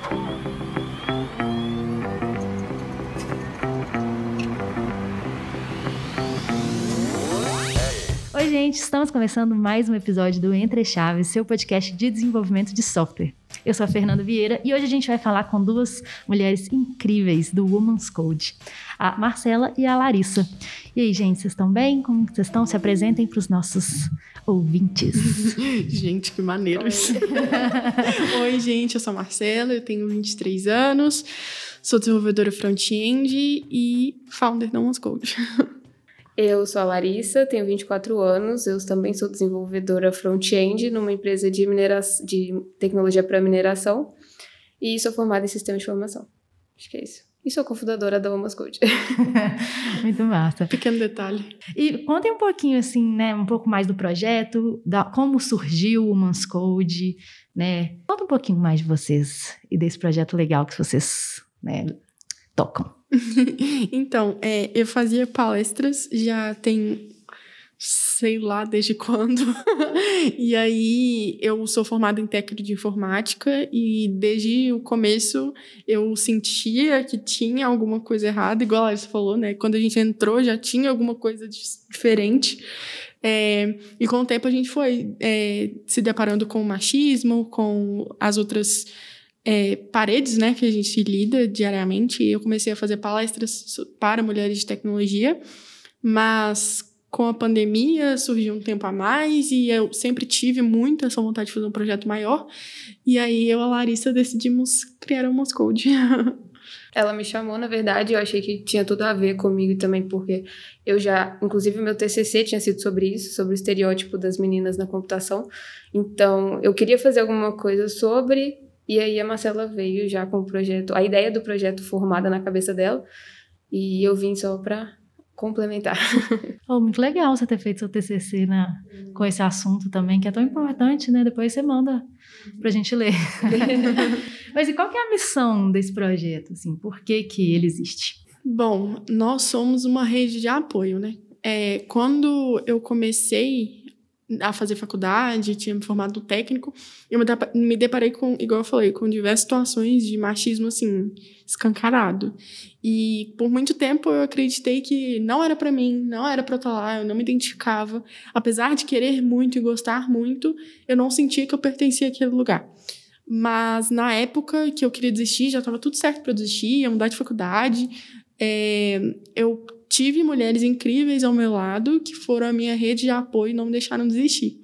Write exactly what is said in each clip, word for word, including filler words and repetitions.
Oi, gente, estamos começando mais um episódio do Entre Chaves, seu podcast de desenvolvimento de software. Eu sou a Fernanda Vieira e hoje a gente vai falar com duas mulheres incríveis do Women's Code, a Marcela e a Larissa. E aí, gente, vocês estão bem? Como vocês estão? Se apresentem para os nossos ouvintes. Gente, que maneiro isso. Oi, gente, eu sou a Marcela, eu tenho vinte e três anos, sou desenvolvedora front-end e founder da Women's Code. Eu sou a Larissa, tenho vinte e quatro anos, eu também sou desenvolvedora front-end numa empresa de, minera... de tecnologia para mineração e sou formada em sistema de informação. Acho que é isso. E sou cofundadora da Women's Code. Muito massa. Pequeno detalhe. E contem um pouquinho, assim, né, um pouco mais do projeto, da, como surgiu o Women's Code, né? Conta um pouquinho mais de vocês e desse projeto legal que vocês, né, tocam. Então, é, eu fazia palestras já tem, sei lá desde quando, e aí eu sou formada em técnico de informática e desde o começo eu sentia que tinha alguma coisa errada, igual a Larissa falou, né? Quando a gente entrou já tinha alguma coisa diferente. É, e com o tempo a gente foi é, se deparando com o machismo, com as outras É, paredes, né, que a gente lida diariamente, e eu comecei a fazer palestras para mulheres de tecnologia, mas com a pandemia surgiu um tempo a mais e eu sempre tive muito essa vontade de fazer um projeto maior, e aí eu e a Larissa decidimos criar a Women's Code. Ela me chamou, na verdade, eu achei que tinha tudo a ver comigo também, porque eu já, inclusive, meu T C C tinha sido sobre isso, sobre o estereótipo das meninas na computação, então eu queria fazer alguma coisa sobre. E aí a Marcela veio já com o projeto, a ideia do projeto formada na cabeça dela, e eu vim só para complementar. Oh, muito legal você ter feito seu T C C na, com esse assunto também, que é tão importante, né? Depois você manda pra gente ler. Mas e qual que é a missão desse projeto? Assim, por que que ele existe? Bom, nós somos uma rede de apoio, né? É, quando eu comecei a fazer faculdade, tinha me formado no técnico, eu me deparei com, igual eu falei, com diversas situações de machismo, assim, escancarado. E por muito tempo eu acreditei que não era pra mim, não era pra eu estar lá, eu não me identificava. Apesar de querer muito e gostar muito, eu não sentia que eu pertencia àquele lugar. Mas na época que eu queria desistir, já estava tudo certo pra eu desistir, ia mudar de faculdade, é, eu tive mulheres incríveis ao meu lado que foram a minha rede de apoio e não me deixaram desistir.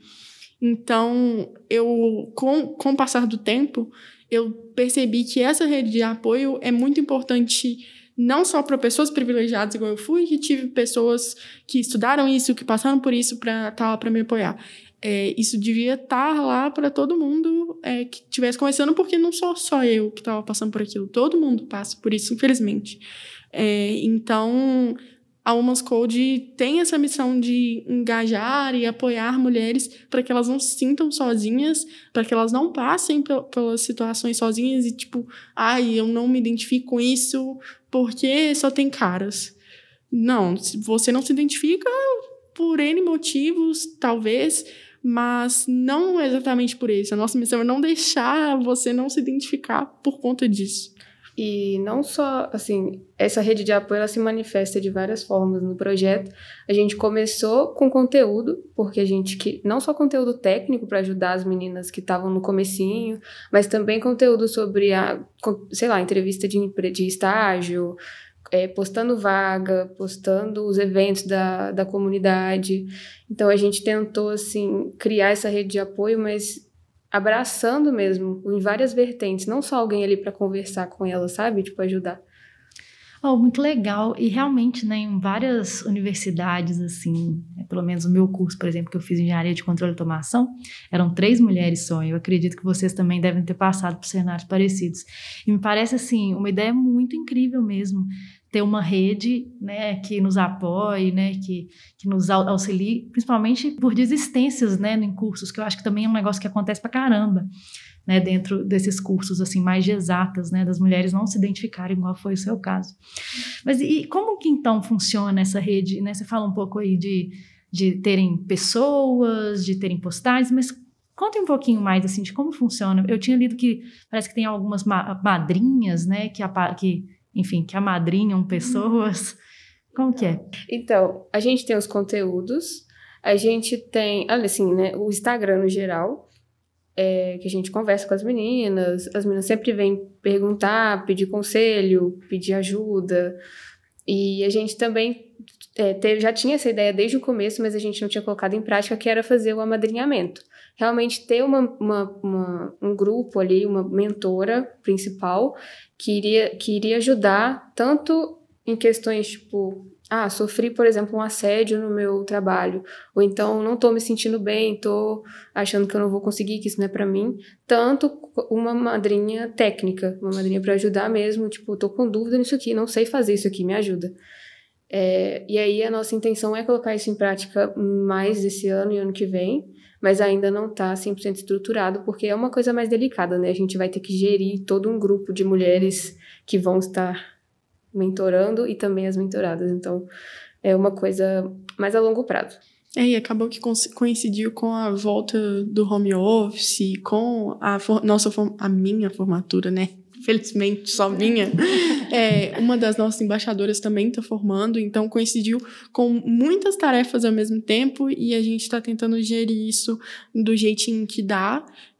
Então, eu, com, com o passar do tempo, eu percebi que essa rede de apoio é muito importante não só para pessoas privilegiadas igual eu fui, que tive pessoas que estudaram isso, que passaram por isso para estar lá para me apoiar. É, isso devia estar lá para todo mundo é, que estivesse conversando, porque não sou só eu que estava passando por aquilo. Todo mundo passa por isso, infelizmente. É, então, a Women's Code tem essa missão de engajar e apoiar mulheres para que elas não se sintam sozinhas, para que elas não passem p- pelas situações sozinhas e tipo, ai, eu não me identifico com isso porque só tem caras. Não, você não se identifica por N motivos, talvez, mas não exatamente por isso. A nossa missão é não deixar você não se identificar por conta disso. E não só, assim, essa rede de apoio, ela se manifesta de várias formas no projeto. A gente começou com conteúdo, porque a gente, que, não só conteúdo técnico para ajudar as meninas que estavam no comecinho, mas também conteúdo sobre a, sei lá, entrevista de, de estágio, é, postando vaga, postando os eventos da, da comunidade. Então a gente tentou, assim, criar essa rede de apoio, mas abraçando mesmo, em várias vertentes, não só alguém ali para conversar com ela, sabe? Tipo, ajudar. Oh, muito legal. E realmente, né, em várias universidades, assim, pelo menos o meu curso, por exemplo, que eu fiz engenharia de controle e automação, eram três mulheres só. Eu acredito que vocês também devem ter passado por cenários parecidos. E me parece, assim, uma ideia muito incrível mesmo, ter uma rede, né, que nos apoie, né, que, que nos auxilie, principalmente por desistências, né, em cursos, que eu acho que também é um negócio que acontece pra caramba, né, dentro desses cursos assim, mais de exatas, né, das mulheres não se identificarem, igual foi o seu caso. Mas e como que então funciona essa rede? Né? Você fala um pouco aí de, de terem pessoas, de terem postagens, mas Conte um pouquinho mais, assim, de como funciona. Eu tinha lido que parece que tem algumas ma- madrinhas, né, que, a, que, enfim, que amadrinham pessoas. Como que é? Então, a gente tem os conteúdos, a gente tem, olha assim, né, o Instagram no geral, é, que a gente conversa com as meninas, as meninas sempre vêm perguntar, pedir conselho, pedir ajuda, e a gente também é, teve, já tinha essa ideia desde o começo, mas a gente não tinha colocado em prática, que era fazer o amadrinhamento. Realmente ter uma, uma, uma, um grupo ali, uma mentora principal, que iria, que iria ajudar tanto em questões tipo, ah, sofri, por exemplo, um assédio no meu trabalho, ou então não tô me sentindo bem, tô achando que eu não vou conseguir, que isso não é pra mim, tanto uma madrinha técnica, uma madrinha pra ajudar mesmo, tipo, tô com dúvida nisso aqui, não sei fazer isso aqui, me ajuda. É, e aí a nossa intenção é colocar isso em prática mais esse ano e ano que vem, mas ainda não está cem por cento estruturado, porque é uma coisa mais delicada, né? A gente vai ter que gerir todo um grupo de mulheres que vão estar mentorando e também as mentoradas. Então, é uma coisa mais a longo prazo. É, e acabou que coincidiu com a volta do home office, com a for- nossa, a minha formatura, né? Felizmente, só minha. É, uma das nossas embaixadoras também está formando, então coincidiu com muitas tarefas ao mesmo tempo e a gente está tentando gerir isso do jeitinho que dá,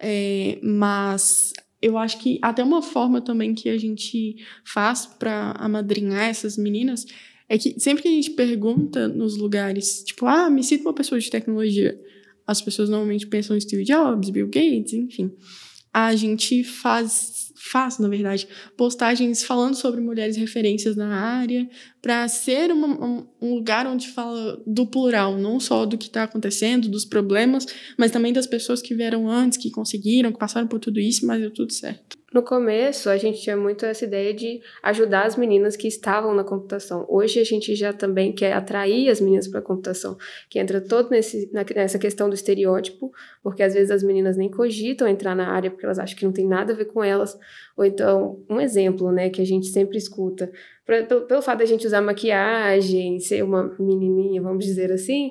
é, mas eu acho que até uma forma também que a gente faz para amadrinhar essas meninas é que sempre que a gente pergunta nos lugares, tipo, ah, me cita uma pessoa de tecnologia, as pessoas normalmente pensam em Steve Jobs, Bill Gates, enfim. A gente faz, faz, na verdade, postagens falando sobre mulheres referências na área, para ser uma, um, um lugar onde fala do plural, não só do que está acontecendo, dos problemas, mas também das pessoas que vieram antes, que conseguiram, que passaram por tudo isso, mas deu tudo certo. No começo, a gente tinha muito essa ideia de ajudar as meninas que estavam na computação. Hoje, a gente já também quer atrair as meninas para a computação, que entra todo nesse, nessa questão do estereótipo, porque às vezes as meninas nem cogitam entrar na área porque elas acham que não tem nada a ver com elas. Ou então, um exemplo, né, que a gente sempre escuta, pelo, pelo fato da gente usar maquiagem, ser uma menininha, vamos dizer assim,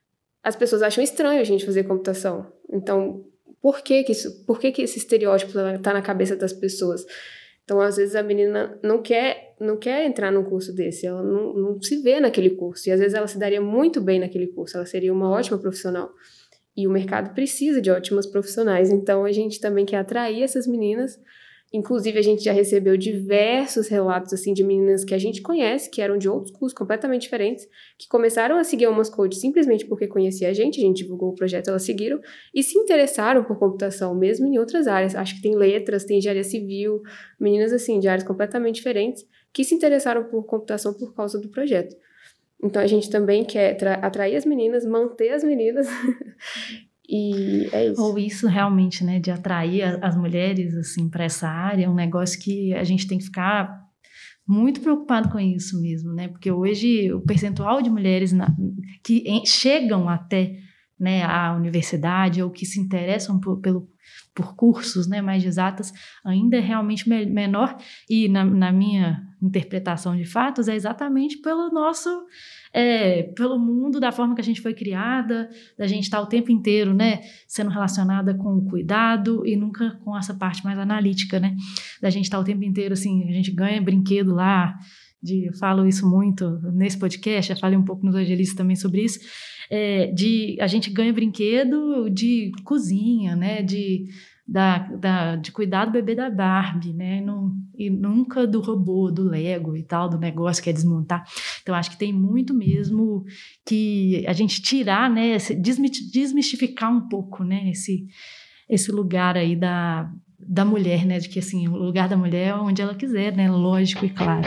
as pessoas acham estranho a gente fazer computação. Então, Por que que, isso, por que que esse estereótipo está na cabeça das pessoas? Então, às vezes, a menina não quer, não quer entrar num curso desse, ela não, não se vê naquele curso. E, às vezes, ela se daria muito bem naquele curso, ela seria uma ótima profissional. E o mercado precisa de ótimas profissionais. Então, a gente também quer atrair essas meninas. Inclusive, a gente já recebeu diversos relatos assim, de meninas que a gente conhece, que eram de outros cursos completamente diferentes, que começaram a seguir a Umas Code simplesmente porque conhecia a gente, a gente divulgou o projeto, elas seguiram, e se interessaram por computação, mesmo em outras áreas. Acho que tem letras, tem engenharia civil, meninas assim, de áreas completamente diferentes, que se interessaram por computação por causa do projeto. Então, a gente também quer atrair as meninas, manter as meninas... E é isso. Ou isso realmente, né, de atrair as mulheres, assim, para essa área, é um negócio que a gente tem que ficar muito preocupado com isso mesmo, né, porque hoje o percentual de mulheres na, que em, chegam até, né, a universidade ou que se interessam por, pelo, por cursos, né, mais exatas, ainda é realmente me, menor, e na, na minha interpretação de fatos é exatamente pelo nosso... É, pelo mundo, da forma que a gente foi criada, da gente estar o tempo inteiro, né, sendo relacionada com o cuidado e nunca com essa parte mais analítica, né, da gente estar o tempo inteiro, assim, a gente ganha brinquedo lá, de, eu falo isso muito nesse podcast, já falei um pouco nos Angelistas também sobre isso, é, de, a gente ganha brinquedo de cozinha, né, de... Da, da, de cuidar do bebê da Barbie, né? Não, e nunca do robô, do Lego e tal, do negócio que é desmontar. Então, acho que tem muito mesmo que a gente tirar, né? Desmistificar um pouco, né? Esse, esse lugar aí da, da mulher, né? De que, assim, o lugar da mulher é onde ela quiser, né? Lógico e claro.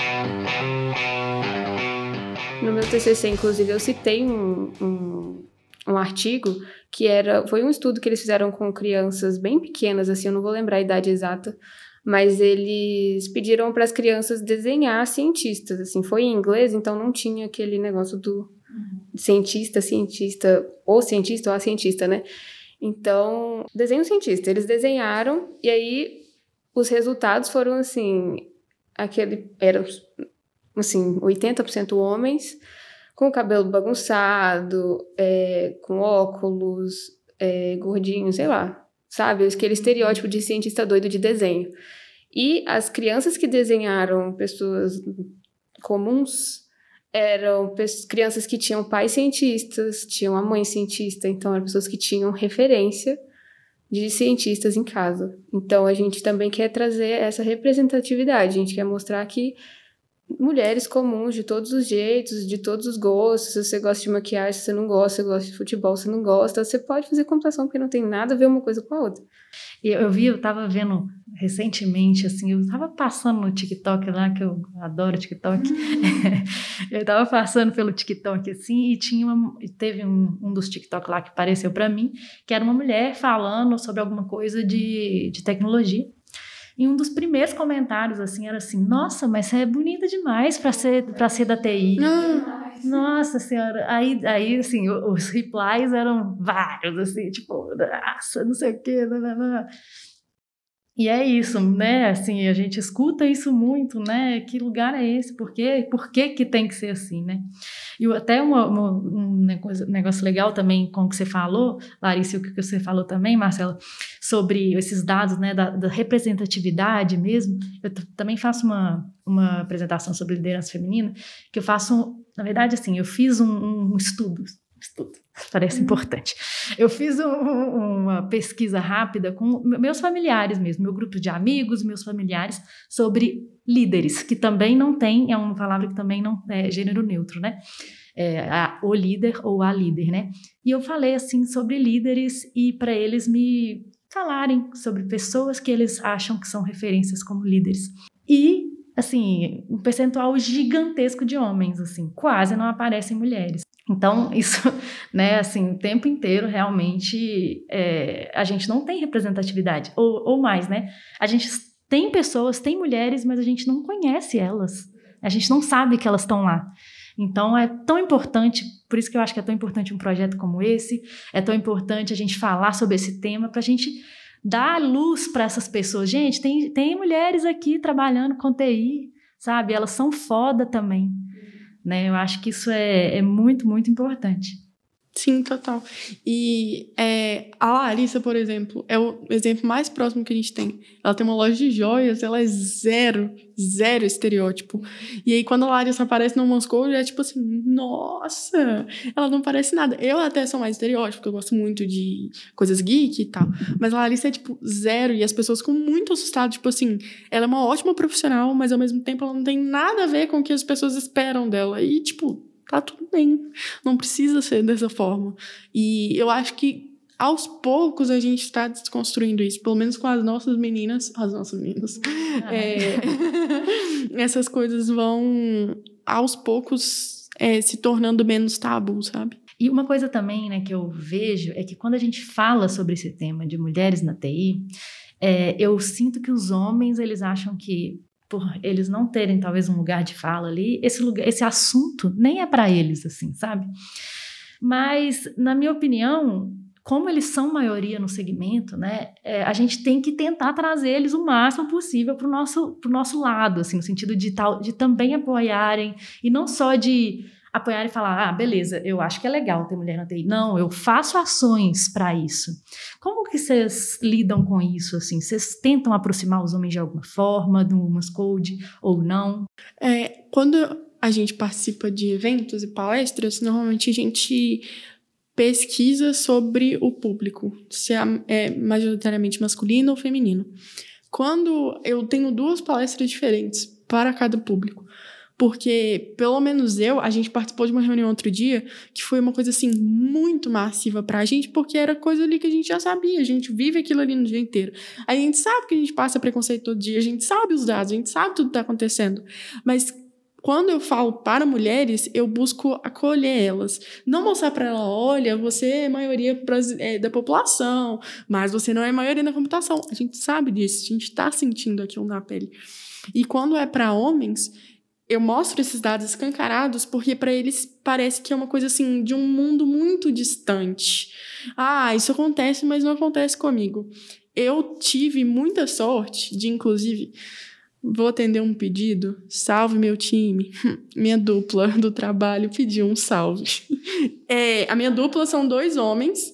No meu T C C, inclusive, eu citei um... um... um artigo que era, foi um estudo que eles fizeram com crianças bem pequenas, assim, eu não vou lembrar a idade exata, mas eles pediram para as crianças desenhar cientistas, assim, foi em inglês, então não tinha aquele negócio do cientista, cientista, ou cientista ou a cientista, né? Então, desenho cientista, eles desenharam e aí os resultados foram, assim, aquele, eram, assim, oitenta por cento homens, com o cabelo bagunçado, é, com óculos, é, gordinho, sei lá, sabe? Aquele estereótipo de cientista doido de desenho. E as crianças que desenharam pessoas comuns eram pe- crianças que tinham pais cientistas, tinham a mãe cientista, então eram pessoas que tinham referência de cientistas em casa. Então a gente também quer trazer essa representatividade, a gente quer mostrar que mulheres comuns, de todos os jeitos, de todos os gostos, se você gosta de maquiagem, se você não gosta, se você gosta de futebol, se você não gosta, você pode fazer computação, porque não tem nada a ver uma coisa com a outra. E eu vi, eu tava vendo recentemente, assim, eu tava passando no TikTok lá, que eu adoro TikTok, eu tava passando pelo TikTok, assim, e tinha uma, teve um, um dos TikTok lá que apareceu pra mim, que era uma mulher falando sobre alguma coisa de, de tecnologia. E um dos primeiros comentários, assim, era assim, nossa, mas você é bonita demais para ser, para ser da T I. Nossa senhora. Aí, aí, assim, os replies eram vários, assim, tipo, nossa, não sei o quê, não, não, não. E é isso, né, assim, a gente escuta isso muito, né, que lugar é esse, por quê, por que que tem que ser assim, né? E até uma, uma, um negócio, negócio legal também com o que você falou, Larissa, e o que você falou também, Marcela, sobre esses dados, né, da, da representatividade mesmo. Eu t- também faço uma, uma apresentação sobre liderança feminina, que eu faço, na verdade, assim, eu fiz um, um estudo, estudo, parece hum. importante. Eu fiz um, uma pesquisa rápida com meus familiares mesmo, meu grupo de amigos, meus familiares, sobre líderes, que também não tem, é uma palavra que também não é gênero neutro, né? É, a, o líder ou a líder, né? E eu falei, assim, sobre líderes e para eles me falarem sobre pessoas que eles acham que são referências como líderes. E, assim, um percentual gigantesco de homens, assim, quase não aparecem mulheres. Então, isso, né, assim, o tempo inteiro, realmente, é, a gente não tem representatividade, ou, ou mais, né? A gente tem pessoas, tem mulheres, mas a gente não conhece elas. A gente não sabe que elas estão lá. Então, é tão importante, por isso que eu acho que é tão importante um projeto como esse, é tão importante a gente falar sobre esse tema, para a gente dar luz para essas pessoas. Gente, tem, tem mulheres aqui trabalhando com T I, sabe? Elas são foda também. Né? Eu acho que isso é, é muito, muito importante. Sim, total. E é, a Larissa, por exemplo, é o exemplo mais próximo que a gente tem. Ela tem uma loja de joias, ela é zero, zero estereótipo. E aí, quando a Larissa aparece no Moscou, já é tipo assim, nossa, ela não parece nada. Eu até sou mais estereótipo, porque eu gosto muito de coisas geek e tal. Mas a Larissa é, tipo, zero. E as pessoas ficam muito assustadas, tipo assim, ela é uma ótima profissional, mas ao mesmo tempo ela não tem nada a ver com o que as pessoas esperam dela. E, tipo, tá tudo bem, não precisa ser dessa forma. E eu acho que aos poucos a gente está desconstruindo isso, pelo menos com as nossas meninas, as nossas meninas, ah, é, essas coisas vão aos poucos é, se tornando menos tabu, sabe? E uma coisa também, né, que eu vejo é que quando a gente fala sobre esse tema de mulheres na T I, é, eu sinto que os homens, eles acham que por eles não terem talvez um lugar de fala ali, esse, lugar, esse assunto nem é para eles, assim, sabe? Mas, na minha opinião, como eles são maioria no segmento, né, é, a gente tem que tentar trazer eles o máximo possível para o nosso, pro nosso lado, assim, no sentido de, tal, de também apoiarem, e não só de apoiar e falar, ah, beleza, eu acho que é legal ter mulher na T I. Não, eu faço ações para isso. Como que vocês lidam com isso, assim? Vocês tentam aproximar os homens de alguma forma, do Mascode, ou não? É, quando a gente participa de eventos e palestras, normalmente a gente pesquisa sobre o público, se é majoritariamente masculino ou feminino. Quando eu tenho duas palestras diferentes para cada público, porque, pelo menos eu, a gente participou de uma reunião outro dia que foi uma coisa, assim, muito massiva pra gente, porque era coisa ali que a gente já sabia, a gente vive aquilo ali no dia inteiro. A gente sabe que a gente passa preconceito todo dia, a gente sabe os dados, a gente sabe tudo que tá acontecendo. Mas quando eu falo para mulheres, eu busco acolher elas. Não mostrar para ela, olha, você é a maioria é, da população, mas você não é a maioria na computação. A gente sabe disso, a gente tá sentindo aquilo na pele. E quando é para homens, eu mostro esses dados escancarados porque para eles parece que é uma coisa assim de um mundo muito distante. Ah, isso acontece, mas não acontece comigo. Eu tive muita sorte de, inclusive, vou atender um pedido, salve meu time, minha dupla do trabalho pediu um salve. É, a minha dupla são dois homens,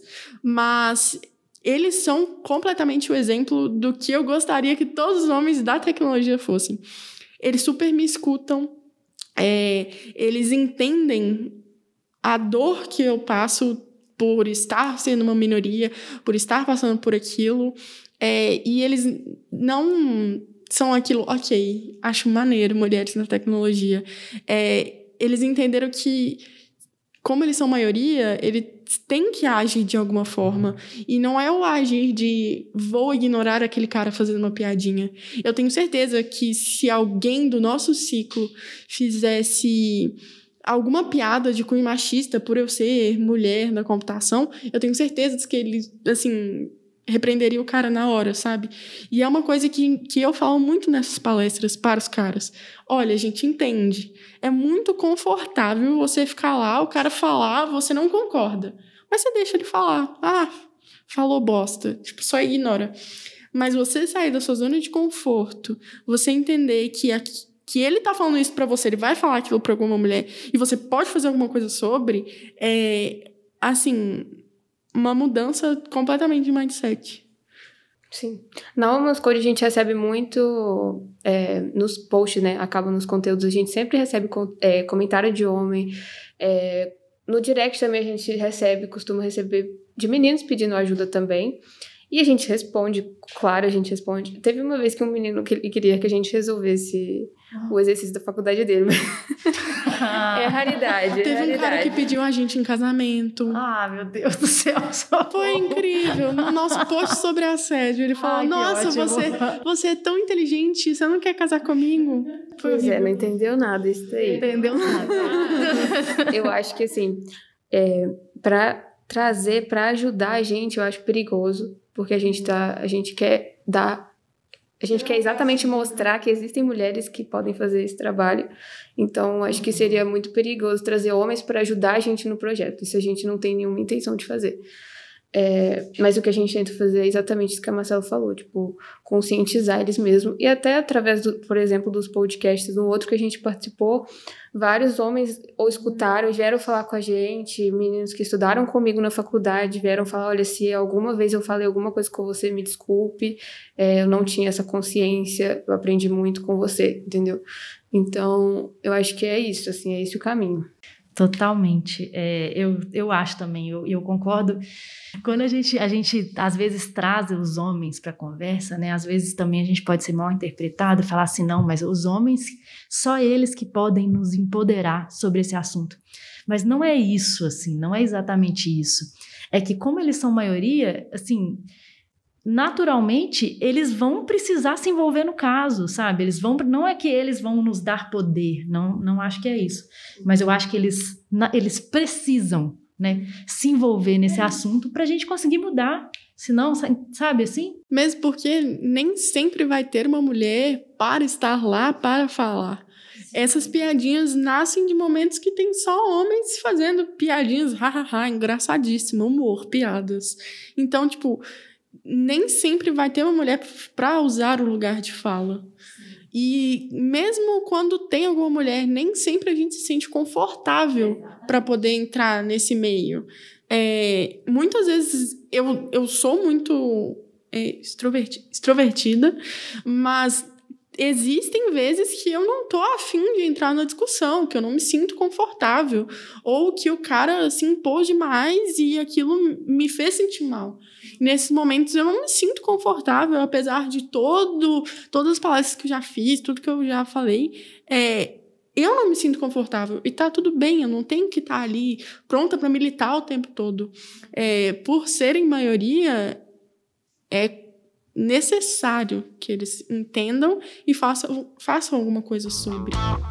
mas eles são completamente o exemplo do que eu gostaria que todos os homens da tecnologia fossem. Eles super me escutam, é, eles entendem a dor que eu passo por estar sendo uma minoria, por estar passando por aquilo, é, e eles não são aquilo, ok, acho maneiro mulheres na tecnologia. É, eles entenderam que, como eles são maioria, eles têm que agir de alguma forma. E não é o agir de vou ignorar aquele cara fazendo uma piadinha. Eu tenho certeza que se alguém do nosso ciclo fizesse alguma piada de cunho machista por eu ser mulher na computação, eu tenho certeza que ele, assim, repreenderia o cara na hora, sabe? E é uma coisa que, que eu falo muito nessas palestras para os caras. Olha, a gente entende. É muito confortável você ficar lá, o cara falar, você não concorda. Mas você deixa ele falar. Ah, falou bosta. Tipo, só ignora. Mas você sair da sua zona de conforto, você entender que aqui, que ele tá falando isso pra você, ele vai falar aquilo pra alguma mulher e você pode fazer alguma coisa sobre, é, assim, uma mudança completamente de mindset. Sim. Na Women's Code a gente recebe muito, é, nos posts, né, acaba nos conteúdos, a gente sempre recebe é, comentário de homem, é, no direct também a gente recebe, costuma receber de meninos pedindo ajuda também. E a gente responde, claro, a gente responde. Teve uma vez que um menino que, queria que a gente resolvesse ah. o exercício da faculdade dele. Ah. É raridade, é Teve raridade. um cara que pediu a gente em casamento. Ah, meu Deus do céu. Socorro. Foi incrível. No nosso post sobre assédio, ele falou, ai, nossa, você, você é tão inteligente, você não quer casar comigo? Foi pois horrível. É, não entendeu nada isso daí. Não entendeu nada. Eu acho que, assim, é, pra trazer, pra ajudar a gente, eu acho perigoso. Porque a gente, tá, a gente quer dar... A gente quer exatamente mostrar que existem mulheres que podem fazer esse trabalho. Então, acho que seria muito perigoso trazer homens para ajudar a gente no projeto. Isso a gente não tem nenhuma intenção de fazer. É, mas o que a gente tenta fazer é exatamente isso que a Marcela falou. Tipo, conscientizar eles mesmos. E até através, do, por exemplo, dos podcasts, no outro que a gente participou, vários homens ou escutaram, vieram falar com a gente, meninos que estudaram comigo na faculdade, vieram falar, olha, se alguma vez eu falei alguma coisa com você, me desculpe, é, eu não tinha essa consciência, eu aprendi muito com você, entendeu? Então, eu acho que é isso, assim, é esse o caminho. Totalmente. É, eu, eu acho também, eu, eu concordo. Quando a gente, a gente, às vezes, traz os homens para a conversa, né? Às vezes também a gente pode ser mal interpretado e falar assim, não, mas os homens, só eles que podem nos empoderar sobre esse assunto. Mas não é isso, assim, não é exatamente isso. É que como eles são maioria, assim... naturalmente, eles vão precisar se envolver no caso, sabe? Eles vão, não é que eles vão nos dar poder, não, não acho que é isso. Mas eu acho que eles, eles precisam, né, se envolver nesse assunto para a gente conseguir mudar. Senão, sabe assim? Mesmo porque nem sempre vai ter uma mulher para estar lá, para falar. Essas piadinhas nascem de momentos que tem só homens fazendo piadinhas, hahaha, engraçadíssimo, humor, piadas. Então, tipo... nem sempre vai ter uma mulher para usar o lugar de fala. E mesmo quando tem alguma mulher, nem sempre a gente se sente confortável para poder entrar nesse meio. É, muitas vezes eu, eu sou muito é, extroverti- extrovertida, mas existem vezes que eu não tô afim de entrar na discussão, que eu não me sinto confortável, ou que o cara se impôs demais e aquilo me fez sentir mal. Nesses momentos eu não me sinto confortável, apesar de todo, todas as palestras que eu já fiz, tudo que eu já falei, é, eu não me sinto confortável. E tá tudo bem, eu não tenho que estar ali pronta para militar o tempo todo. É, por serem maioria, é necessário que eles entendam e façam, façam alguma coisa sobre.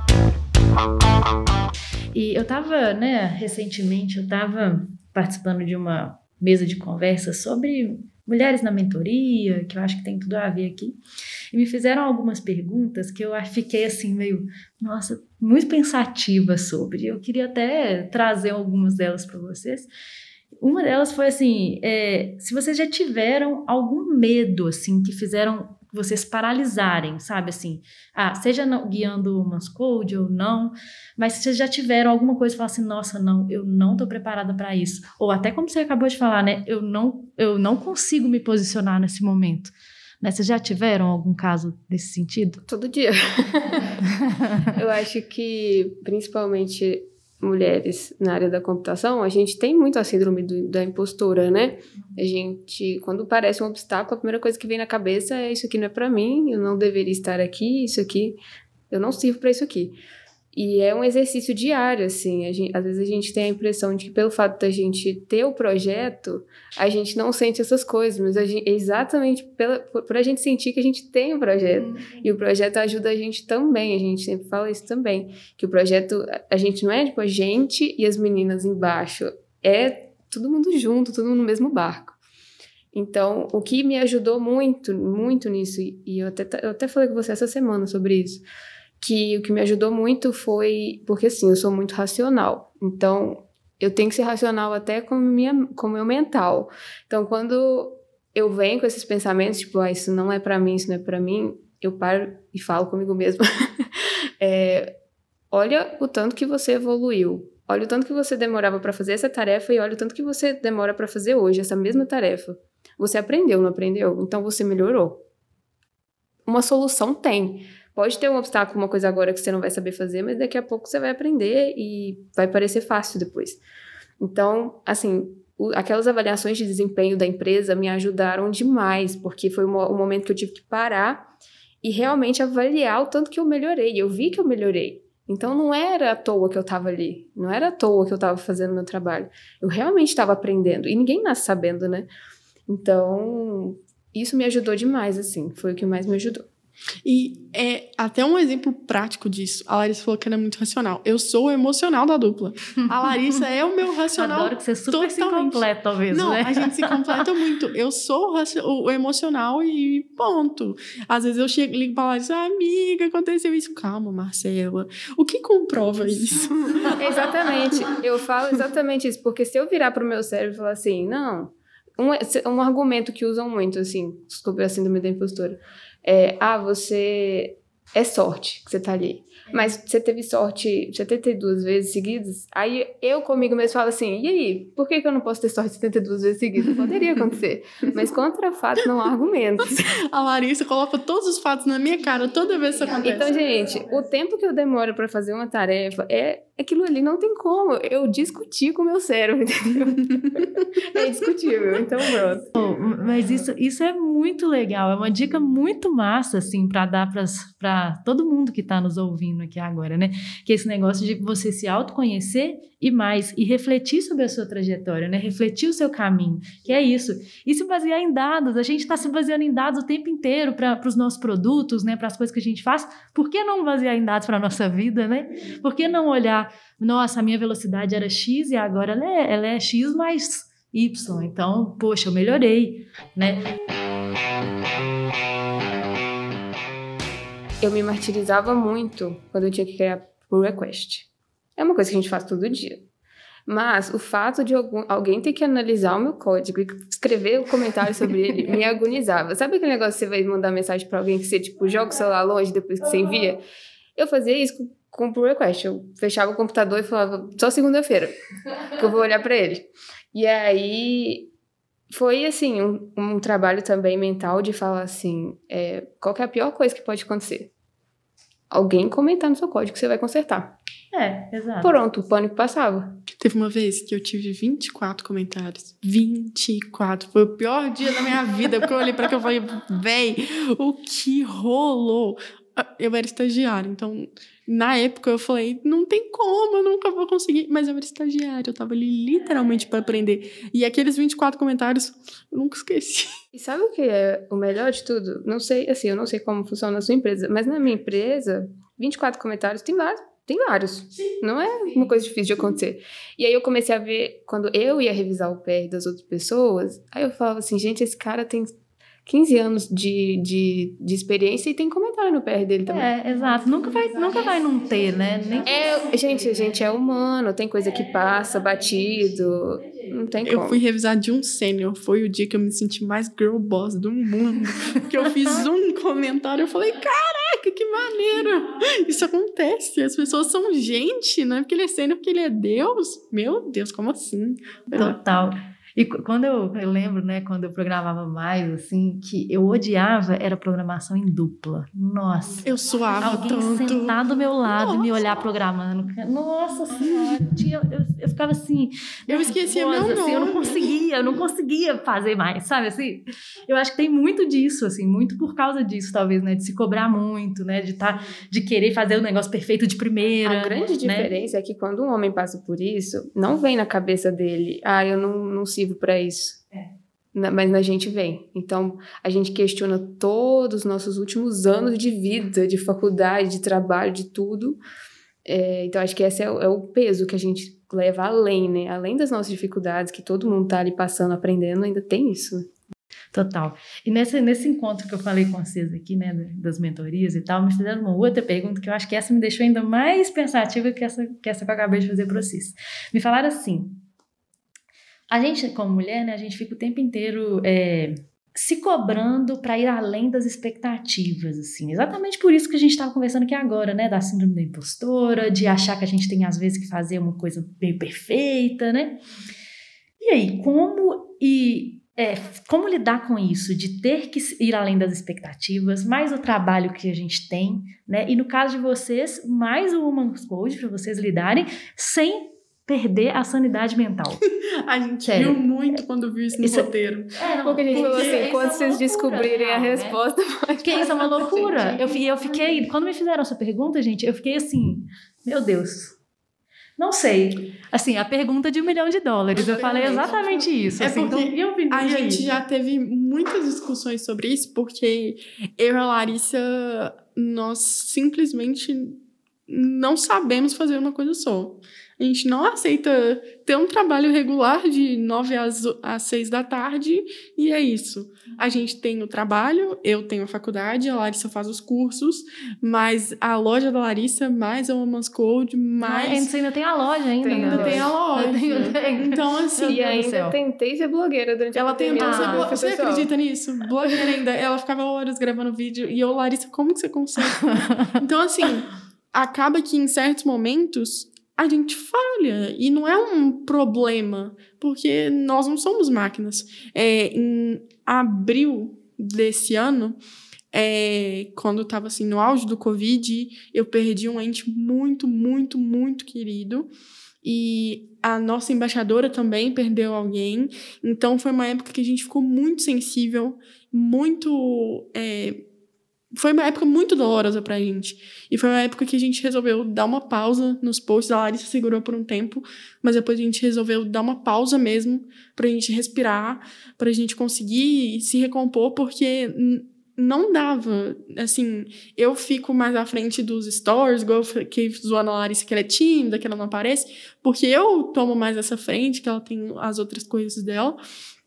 E eu tava, né, recentemente, eu tava participando de uma mesa de conversa sobre mulheres na mentoria, que eu acho que tem tudo a ver aqui, e me fizeram algumas perguntas que eu fiquei assim meio, nossa, muito pensativa sobre. Eu queria até trazer algumas delas para vocês. Uma delas foi assim, é, se vocês já tiveram algum medo, assim, que fizeram vocês paralisarem, sabe, assim, ah, seja não, guiando umas code ou não, mas se vocês já tiveram alguma coisa e falar assim, nossa, não, eu não tô preparada para isso, ou até como você acabou de falar, né, eu não, eu não consigo me posicionar nesse momento, né, vocês já tiveram algum caso desse sentido? Todo dia. Eu acho que, principalmente mulheres na área da computação, a gente tem muito a síndrome do, da impostora, né? A gente, quando parece um obstáculo, a primeira coisa que vem na cabeça é isso aqui não é pra mim, eu não deveria estar aqui, isso aqui, eu não sirvo pra isso aqui. E é um exercício diário, assim, a gente, às vezes a gente tem a impressão de que pelo fato da gente ter o projeto, a gente não sente essas coisas, mas a gente, é exatamente pela, por, por a gente sentir que a gente tem o projeto. Uhum. E o projeto ajuda a gente também, a gente sempre fala isso também, que o projeto, a gente não é tipo a gente e as meninas embaixo, é todo mundo junto, todo mundo no mesmo barco. Então, o que me ajudou muito, muito nisso, e eu até, eu até falei com você essa semana sobre isso, que o que me ajudou muito foi... Porque, assim, eu sou muito racional. Então, eu tenho que ser racional até com, minha, com o meu mental. Então, quando eu venho com esses pensamentos, tipo, ah, isso não é pra mim, isso não é pra mim, eu paro e falo comigo mesma. é, olha o tanto que você evoluiu. Olha o tanto que você demorava pra fazer essa tarefa e olha o tanto que você demora pra fazer hoje, essa mesma tarefa. Você aprendeu, não aprendeu? Então, você melhorou. Uma solução tem. Pode ter um obstáculo, uma coisa agora que você não vai saber fazer, mas daqui a pouco você vai aprender e vai parecer fácil depois. Então, assim, o, aquelas avaliações de desempenho da empresa me ajudaram demais, porque foi um, um momento que eu tive que parar e realmente avaliar o tanto que eu melhorei. Eu vi que eu melhorei. Então, não era à toa que eu estava ali. Não era à toa que eu estava fazendo o meu trabalho. Eu realmente estava aprendendo. E ninguém nasce sabendo, né? Então, isso me ajudou demais, assim. Foi o que mais me ajudou. E é até um exemplo prático disso. A Larissa falou que era muito racional. Eu sou o emocional da dupla. A Larissa é o meu racional. Adoro que você super totalmente. se completa, talvez, Não, né? a gente se completa muito. Eu sou o, raci- o emocional e ponto. Às vezes eu chego, ligo pra Larissa, ah, amiga, aconteceu isso. Calma, Marcela. O que comprova isso? Exatamente. Eu falo exatamente isso. Porque se eu virar pro meu cérebro e falar assim, não... Um, um argumento que usam muito, assim, desculpa a síndrome da impostora, é, ah, você é sorte que você tá ali. Mas você teve sorte setenta e duas vezes seguidas, aí eu comigo mesmo falo assim, e aí, por que, que eu não posso ter sorte setenta e duas vezes seguidas? Poderia acontecer. Mas contra fatos não há argumentos. A Larissa coloca todos os fatos na minha cara toda vez que isso acontece. Então, gente, o tempo que eu demoro pra fazer uma tarefa, é aquilo ali não tem como. Eu discuti com o meu cérebro, entendeu? É discutível, então pronto. Oh, mas isso, isso é muito legal, é uma dica muito massa, assim, para dar para todo mundo que está nos ouvindo aqui agora, né? Que esse negócio de você se autoconhecer e mais, e refletir sobre a sua trajetória, né? Refletir o seu caminho, que é isso. E se basear em dados, a gente está se baseando em dados o tempo inteiro para os nossos produtos, né? Para as coisas que a gente faz. Por que não basear em dados para a nossa vida, né? Por que não olhar, nossa, a minha velocidade era X e agora ela é, ela é X mais Y. Então, poxa, eu melhorei, né? Eu me martirizava muito quando eu tinha que criar pull request. É uma coisa que a gente faz todo dia. Mas o fato de algum, alguém ter que analisar o meu código e escrever um comentário sobre ele me agonizava. Sabe aquele negócio que você vai mandar mensagem pra alguém que você, tipo, joga o celular longe depois que você envia? Eu fazia isso com, com pull request. Eu fechava o computador e falava, só segunda-feira que eu vou olhar pra ele. E aí... Foi, assim, um, um trabalho também mental de falar assim, é, qual que é a pior coisa que pode acontecer? Alguém comentar no seu código que você vai consertar. É, exato. Pronto, o pânico passava. Teve uma vez que eu tive vinte e quatro comentários. vinte e quatro. Foi o pior dia da minha vida, porque eu olhei pra cá e falei, véi, o que rolou? Eu era estagiária, então... Na época eu falei, não tem como, eu nunca vou conseguir. Mas eu era estagiária, eu tava ali literalmente pra aprender. E aqueles vinte e quatro comentários, eu nunca esqueci. E sabe o que é o melhor de tudo? Não sei, assim, eu não sei como funciona na sua empresa, mas na minha empresa, vinte e quatro comentários tem vários. Tem vários. Sim, não é sim. Uma coisa difícil de acontecer. E aí eu comecei a ver, quando eu ia revisar o P R das outras pessoas, aí eu falava assim, gente, esse cara tem quinze anos de, de, de experiência e tem comentário no P R dele também. É, exato. Nunca vai, nunca vai não ter, né? Nem... É, gente, a gente é humano, tem coisa que passa batido, não tem como. Eu fui revisar de um sênior, foi o dia que eu me senti mais girl boss do mundo, que eu fiz um comentário, eu falei, caraca, que maneiro, isso acontece, as pessoas são gente, não é porque ele é sênior, porque ele é Deus, meu Deus, como assim? Total. E quando eu, eu lembro, né, quando eu programava mais, assim, que eu odiava era programação em dupla. Nossa. Eu suava Alguém tanto. sentar do meu lado Nossa. e me olhar programando. Nossa Senhora. Eu, tinha, eu, eu ficava assim... Eu esquecia meu nome. Assim, eu não conseguia, eu não conseguia fazer mais, sabe assim? Eu acho que tem muito disso, assim, muito por causa disso, talvez, né, de se cobrar muito, né, de, tá, de querer fazer o negócio perfeito de primeira. A grande né? diferença é que quando um homem passa por isso, não vem na cabeça dele, ah, eu não, não sirvo para isso. É. Na, mas na gente vem. Então, a gente questiona todos os nossos últimos anos de vida, de faculdade, de trabalho, de tudo. É, então, acho que esse é o, é o peso que a gente leva além, né? Além das nossas dificuldades, que todo mundo tá ali passando, aprendendo, ainda tem isso. Total. E nesse, nesse encontro que eu falei com vocês aqui, né, das mentorias e tal, me fizeram uma outra pergunta que eu acho que essa me deixou ainda mais pensativa que essa que, essa que eu acabei de fazer para vocês. Me falaram assim... A gente, como mulher, né, a gente fica o tempo inteiro é, se cobrando para ir além das expectativas, assim. Exatamente por isso que a gente estava conversando aqui agora, né, da síndrome da impostora, de achar que a gente tem, às vezes, que fazer uma coisa meio perfeita, né? E aí, como, e, é, como lidar com isso, de ter que ir além das expectativas, mais o trabalho que a gente tem, né? E no caso de vocês, mais o Woman's Code para vocês lidarem sem perder a sanidade mental. A gente Sério. viu muito quando viu isso no Isso- roteiro. É, não, Porque a gente falou porque assim, isso quando é uma vocês loucura, descobrirem a real, né? resposta, pode Porque isso é uma passar pra loucura. gente. Eu, fi- eu fiquei, quando me fizeram essa pergunta, gente, eu fiquei assim, meu Deus, não sei. Assim, a pergunta de um milhão de dólares. Eu falei exatamente isso. É assim, porque então, e eu, vi- A e aí? gente já teve muitas discussões sobre isso, porque eu e a Larissa, nós simplesmente não sabemos fazer uma coisa só. A gente não aceita ter um trabalho regular de nove às, às seis da tarde e é isso. A gente tem o trabalho, eu tenho a faculdade, a Larissa faz os cursos, mas a loja da Larissa, mais a Woman's Code, mais... Mas ainda tem a loja ainda. Tem, meu ainda Deus. tem a loja. Ainda tem. Então, assim... E Deus do ainda céu. tentei ser blogueira durante Ela a pandemia. tentou Ah, ser blogueira. Você pessoal. acredita nisso? Blogueira ainda. Ela ficava horas gravando vídeo. E eu, Larissa, como que você consegue? Então, assim, acaba que em certos momentos a gente falha. E não é um problema. Porque nós não somos máquinas. É, em abril desse ano, é, quando eu tava assim, no auge do Covid, eu perdi um ente muito, muito, muito querido. E a nossa embaixadora também perdeu alguém. Então, foi uma época que a gente ficou muito sensível, muito... É, foi uma época muito dolorosa pra gente. E foi uma época que a gente resolveu dar uma pausa nos posts. A Larissa segurou por um tempo, mas depois a gente resolveu dar uma pausa mesmo pra gente respirar, pra gente conseguir se recompor, porque... não dava, assim, eu fico mais à frente dos stories, igual eu fiquei zoando a Larissa que ela é tímida, que ela não aparece, porque eu tomo mais essa frente, que ela tem as outras coisas dela,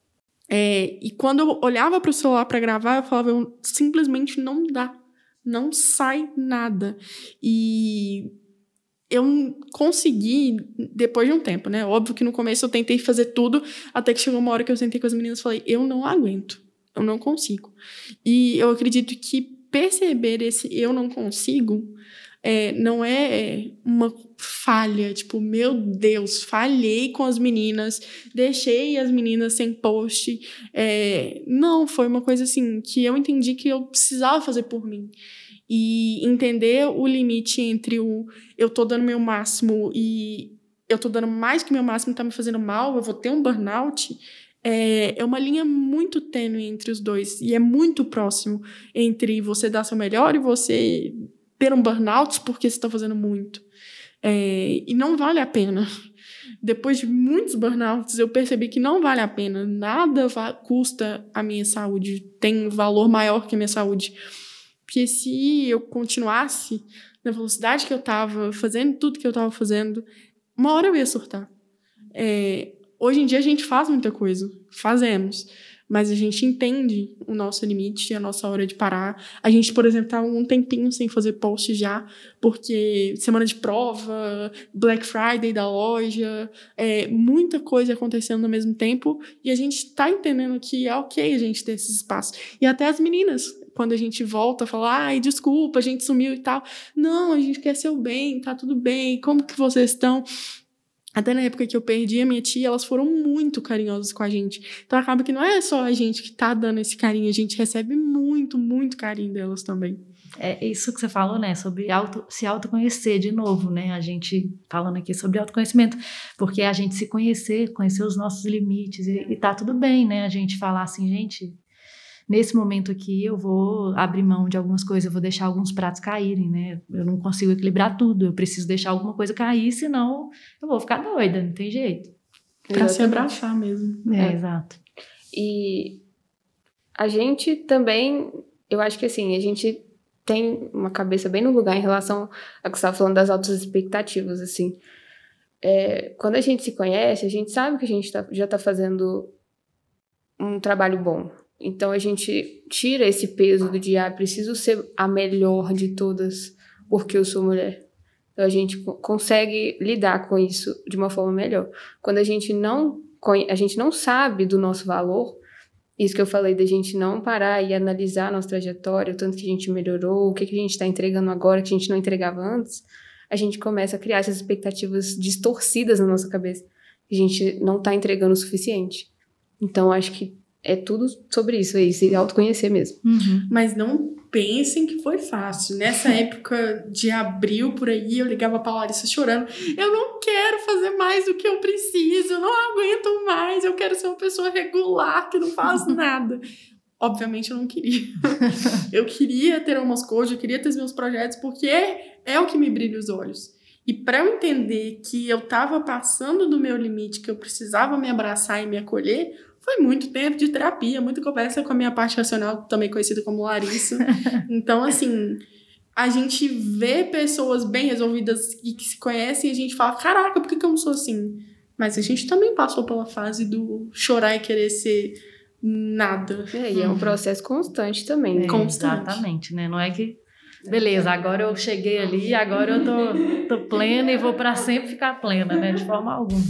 é, e quando eu olhava para o celular para gravar, eu falava, eu, simplesmente não dá, não sai nada, e eu consegui, depois de um tempo, né, óbvio que no começo eu tentei fazer tudo, até que chegou uma hora que eu sentei com as meninas e falei, eu não aguento, eu não consigo. E eu acredito que perceber esse eu não consigo é, não é uma falha, tipo, meu Deus, falhei com as meninas, deixei as meninas sem post. É, não, foi uma coisa assim que eu entendi que eu precisava fazer por mim. E entender o limite entre o eu tô dando meu máximo e eu tô dando mais que meu máximo, tá me fazendo mal, eu vou ter um burnout. É, é uma linha muito tênue entre os dois. E é muito próximo entre você dar seu melhor e você ter um burnout porque você está fazendo muito. É, e não vale a pena. Depois de muitos burnouts, eu percebi que não vale a pena. Nada va- custa a minha saúde. Tem um valor maior que a minha saúde. Porque se eu continuasse na velocidade que eu estava, fazendo tudo que eu estava fazendo, uma hora eu ia surtar. É... Hoje em dia a gente faz muita coisa, fazemos, mas a gente entende o nosso limite e a nossa hora de parar. A gente, por exemplo, tá um tempinho sem fazer post já, porque semana de prova, Black Friday da loja, é, muita coisa acontecendo ao mesmo tempo, e a gente tá entendendo que é ok a gente ter esses espaços. E até as meninas, quando a gente volta, fala, ai, desculpa, a gente sumiu e tal. Não, a gente quer seu bem, tá tudo bem, como que vocês estão? Até na época que eu perdi a minha tia, elas foram muito carinhosas com a gente. Então acaba que não é só a gente que tá dando esse carinho, a gente recebe muito, muito carinho delas também. É isso que você falou, né, sobre auto, se autoconhecer de novo, né, a gente falando aqui sobre autoconhecimento, porque a gente se conhecer, conhecer os nossos limites, e, e tá tudo bem, né, a gente falar assim, gente, nesse momento aqui eu vou abrir mão de algumas coisas, eu vou deixar alguns pratos caírem, né, eu não consigo equilibrar tudo, eu preciso deixar alguma coisa cair, senão eu vou ficar doida, não tem jeito. Pra se abraçar mesmo. É, É. exato. E a gente também, eu acho que assim, a gente tem uma cabeça bem no lugar em relação a que você estava falando das altas expectativas, assim. É, quando a gente se conhece, a gente sabe que a gente tá, já está fazendo um trabalho bom. Então, a gente tira esse peso do dia, ah, preciso ser a melhor de todas porque eu sou mulher. Então, a gente consegue lidar com isso de uma forma melhor. Quando a gente não, a gente não sabe do nosso valor, isso que eu falei da gente não parar e analisar a nossa trajetória, o tanto que a gente melhorou, o que, que a gente está entregando agora que a gente não entregava antes, a gente começa a criar essas expectativas distorcidas na nossa cabeça. A gente não está entregando o suficiente. Então, acho que é tudo sobre isso aí, se autoconhecer mesmo. Uhum. Mas não pensem que foi fácil. Nessa época de abril, por aí, eu ligava pra Larissa chorando. Eu não quero fazer mais do que eu preciso, eu não aguento mais, eu quero ser uma pessoa regular que não faz nada. Obviamente eu não queria. Eu queria ter uma coisas, eu queria ter os meus projetos, porque é, é o que me brilha os olhos. E para eu entender que eu tava passando do meu limite, que eu precisava me abraçar e me acolher, foi muito tempo de terapia, muita conversa com a minha parte racional, também conhecida como Larissa. Então, assim, a gente vê pessoas bem resolvidas e que se conhecem e a gente fala, caraca, por que, que eu não sou assim? Mas a gente também passou pela fase do chorar e querer ser nada. É, e é um processo constante também. É, Constante. exatamente, né? Não é que, beleza, agora eu cheguei ali, agora eu tô, tô plena e vou para sempre ficar plena, né? De forma alguma.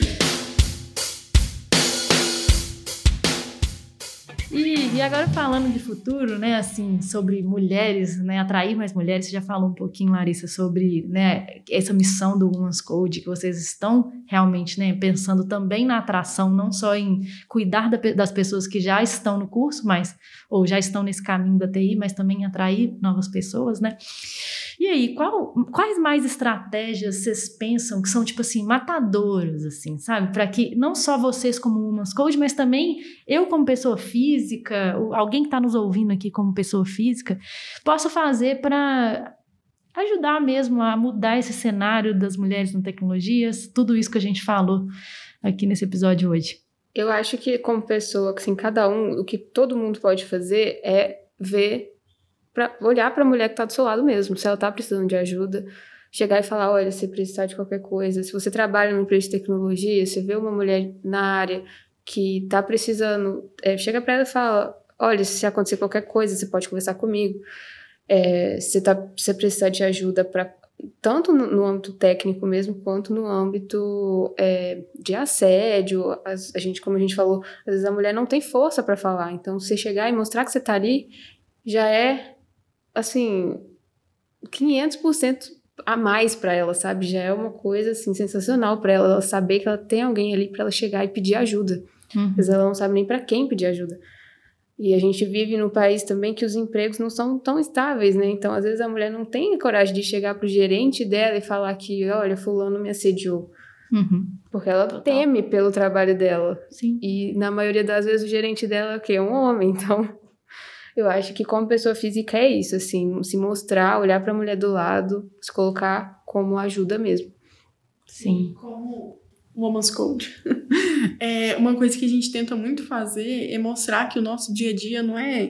E, e agora falando de futuro, né, assim, sobre mulheres, né, atrair mais mulheres, você já falou um pouquinho, Larissa, sobre, né, essa missão do Women's Code, que vocês estão realmente, né, pensando também na atração, não só em cuidar da, das pessoas que já estão no curso, mas, ou já estão nesse caminho da T I, mas também em atrair novas pessoas, né? E aí, qual, quais mais estratégias vocês pensam que são, tipo assim, matadoras, assim, sabe? Para que não só vocês como Women's Code, mas também eu como pessoa física, alguém que está nos ouvindo aqui como pessoa física, possa fazer para ajudar mesmo a mudar esse cenário das mulheres na tecnologias, tudo isso que a gente falou aqui nesse episódio hoje. Eu acho que como pessoa, assim, cada um, o que todo mundo pode fazer é ver, pra olhar para a mulher que está do seu lado mesmo, se ela está precisando de ajuda, chegar e falar, olha, se precisar de qualquer coisa, se você trabalha numa empresa de tecnologia, você vê uma mulher na área que está precisando, é, chega para ela e fala, olha, se acontecer qualquer coisa, você pode conversar comigo, é, se tá, você precisar de ajuda para tanto no, no âmbito técnico mesmo, quanto no âmbito é, de assédio, as, a gente, como a gente falou, às vezes a mulher não tem força para falar, então você chegar e mostrar que você está ali, já é assim, quinhentos por cento a mais para ela, sabe? Já é uma coisa, assim, sensacional para ela, ela saber que ela tem alguém ali para ela chegar e pedir ajuda. Uhum. Às vezes ela não sabe nem para quem pedir ajuda. E a gente vive num país também que os empregos não são tão estáveis, né? Então, às vezes a mulher não tem coragem de chegar pro gerente dela e falar que, olha, fulano me assediou. Uhum. Porque ela Total. teme pelo trabalho dela. Sim. E na maioria das vezes o gerente dela é o quê? É um homem, então... Eu acho que como pessoa física é isso, assim, se mostrar, olhar para a mulher do lado, se colocar como ajuda mesmo. Sim. Como Women's Code. É, uma coisa que a gente tenta muito fazer é mostrar que o nosso dia a dia não é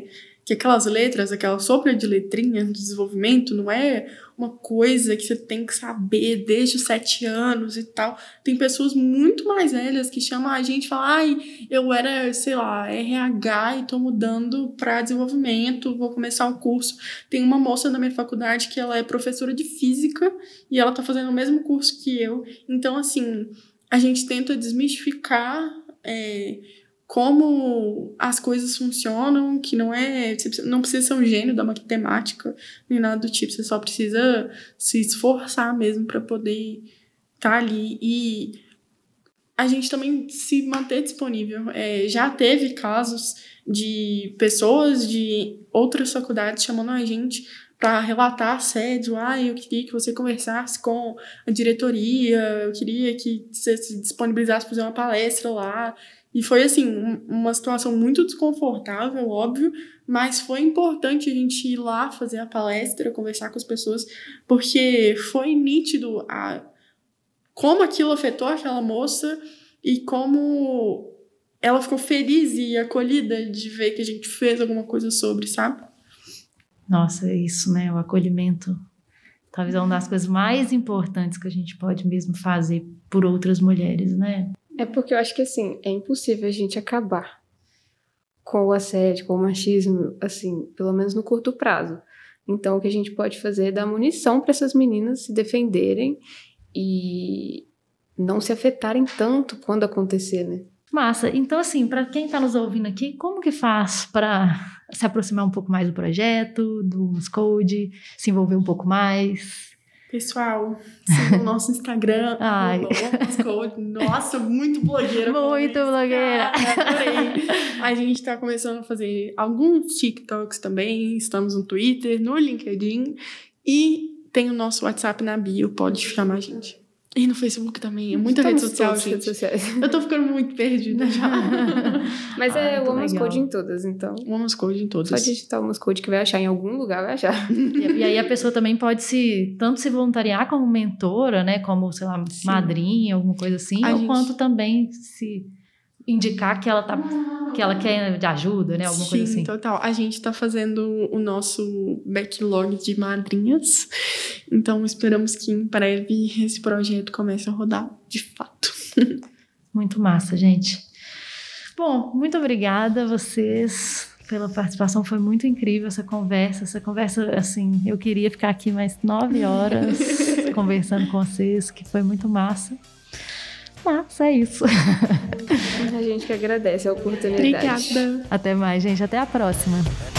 que aquelas letras, aquela sopra de letrinha do desenvolvimento não é uma coisa que você tem que saber desde os sete anos e tal. Tem pessoas muito mais velhas que chamam a gente e falam, ai, eu era, sei lá, R H e tô mudando para desenvolvimento, vou começar um curso. Tem uma moça na minha faculdade que ela é professora de física e ela tá fazendo o mesmo curso que eu. Então, assim, a gente tenta desmistificar é, como as coisas funcionam, que não é, você não precisa ser um gênio da matemática nem nada do tipo, você só precisa se esforçar mesmo para poder estar tá ali. E a gente também se manter disponível. É, já teve casos de pessoas de outras faculdades chamando a gente para relatar assédio. Ah, eu queria que você conversasse com a diretoria, eu queria que você se disponibilizasse para fazer uma palestra lá. E foi, assim, uma situação muito desconfortável, óbvio, mas foi importante a gente ir lá fazer a palestra, conversar com as pessoas, porque foi nítido a, como aquilo afetou aquela moça e como ela ficou feliz e acolhida de ver que a gente fez alguma coisa sobre, sabe? Nossa, é isso, né? O acolhimento talvez é uma das coisas mais importantes que a gente pode mesmo fazer por outras mulheres, né? É porque eu acho que, assim, é impossível a gente acabar com o assédio, com o machismo, assim, pelo menos no curto prazo. Então, o que a gente pode fazer é dar munição para essas meninas se defenderem e não se afetarem tanto quando acontecer, né? Massa. Então, assim, para quem está nos ouvindo aqui, como que faz para se aproximar um pouco mais do projeto, do Humus Code, se envolver um pouco mais? Pessoal, siga o nosso Instagram, Ai. Humus Code. Nossa, muito blogueira. Muito blogueira. Cara, adorei. A gente está começando a fazer alguns TikToks também, estamos no Twitter, no LinkedIn e tem o nosso WhatsApp na bio, pode chamar a gente. E no Facebook também, é muita rede social, gente. Redes sociais. Eu tô ficando muito perdida já. Mas é o Humus Code em todas, então. O Humus Code em todas. Só digitar o Humus Code que vai achar em algum lugar, vai achar. E, e aí a pessoa também pode se, tanto se voluntariar como mentora, né, como, sei lá, Sim. madrinha, alguma coisa assim, a ou gente... quanto também se indicar que ela tá, que ela quer de ajuda, né, alguma Sim, coisa assim. Sim, total. A gente tá fazendo o nosso backlog de madrinhas, então esperamos que em breve esse projeto comece a rodar de fato. Muito massa, gente. Bom, muito obrigada a vocês pela participação, foi muito incrível essa conversa, essa conversa, assim, eu queria ficar aqui mais nove horas conversando com vocês, que foi muito massa. Mas é isso. A gente que agradece a oportunidade. Obrigada. Até mais, gente. Até a próxima.